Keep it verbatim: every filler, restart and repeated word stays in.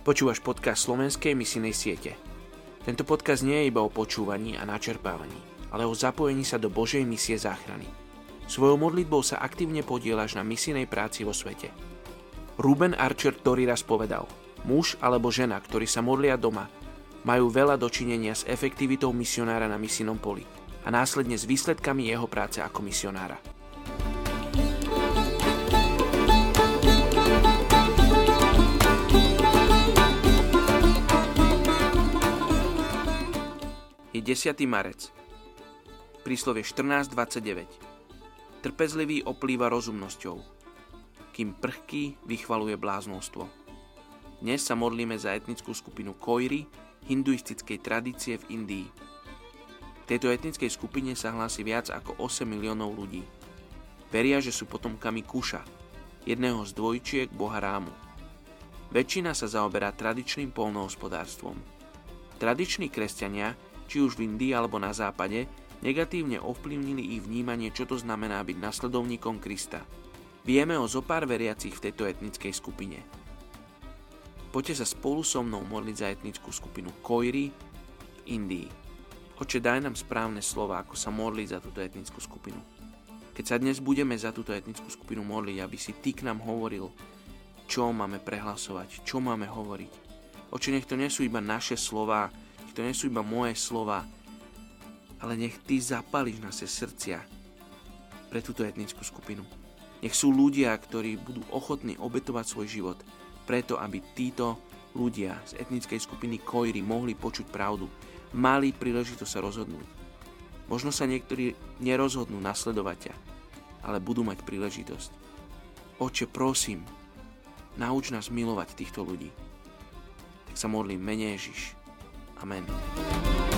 Počúvaš podcast Slovenskej misijnej siete. Tento podcast nie je iba o počúvaní a načerpávaní, ale o zapojení sa do Božej misie záchrany. Svojou modlitbou sa aktívne podieľaš na misijnej práci vo svete. Ruben Archer Torrey raz povedal: muž alebo žena, ktorí sa modlia doma, majú veľa dočinenia s efektivitou misionára na misijnom poli a následne s výsledkami jeho práce ako misionára. Je desiaty marec. Príslovie štrnásť dvadsaťdeväť. Trpezlivý oplýva rozumnosťou, kým prchký vychvaluje bláznostvo. Dnes sa modlíme za etnickú skupinu Koiri hinduistickej tradície v Indii. V tejto etnickej skupine sa hlási viac ako osem miliónov ľudí. Veria, že sú potomkami Kuša, jedného z dvojčiek boha Rámu. Väčšina sa zaoberá tradičným poľnohospodárstvom. Tradiční kresťania, či už v Indii alebo na západe, negatívne ovplyvnili ich vnímanie, čo to znamená byť nasledovníkom Krista. Vieme o zopár veriacich v tejto etnickej skupine. Poďte sa spolu so mnou modliť za etnickú skupinu Koiri v Indii. Oče, daj nám správne slova, ako sa modliť za túto etnickú skupinu. Keď sa dnes budeme za túto etnickú skupinu modliť, aby si Ty k nám hovoril, čo máme prehlasovať, čo máme hovoriť. Oče, nech to nie sú iba naše slová, to nie sú iba moje slova, ale nech Ty zapališ naše srdcia pre túto etnickú skupinu. Nech sú ľudia, ktorí budú ochotní obetovať svoj život preto, aby títo ľudia z etnickej skupiny Koiri mohli počuť pravdu, mali príležitosť sa rozhodnúť. Možno sa niektorí nerozhodnú nasledovať ťa, ale budú mať príležitosť. Oče, prosím, nauč nás milovať týchto ľudí. Tak sa modlím, mene Ježiš. Amen.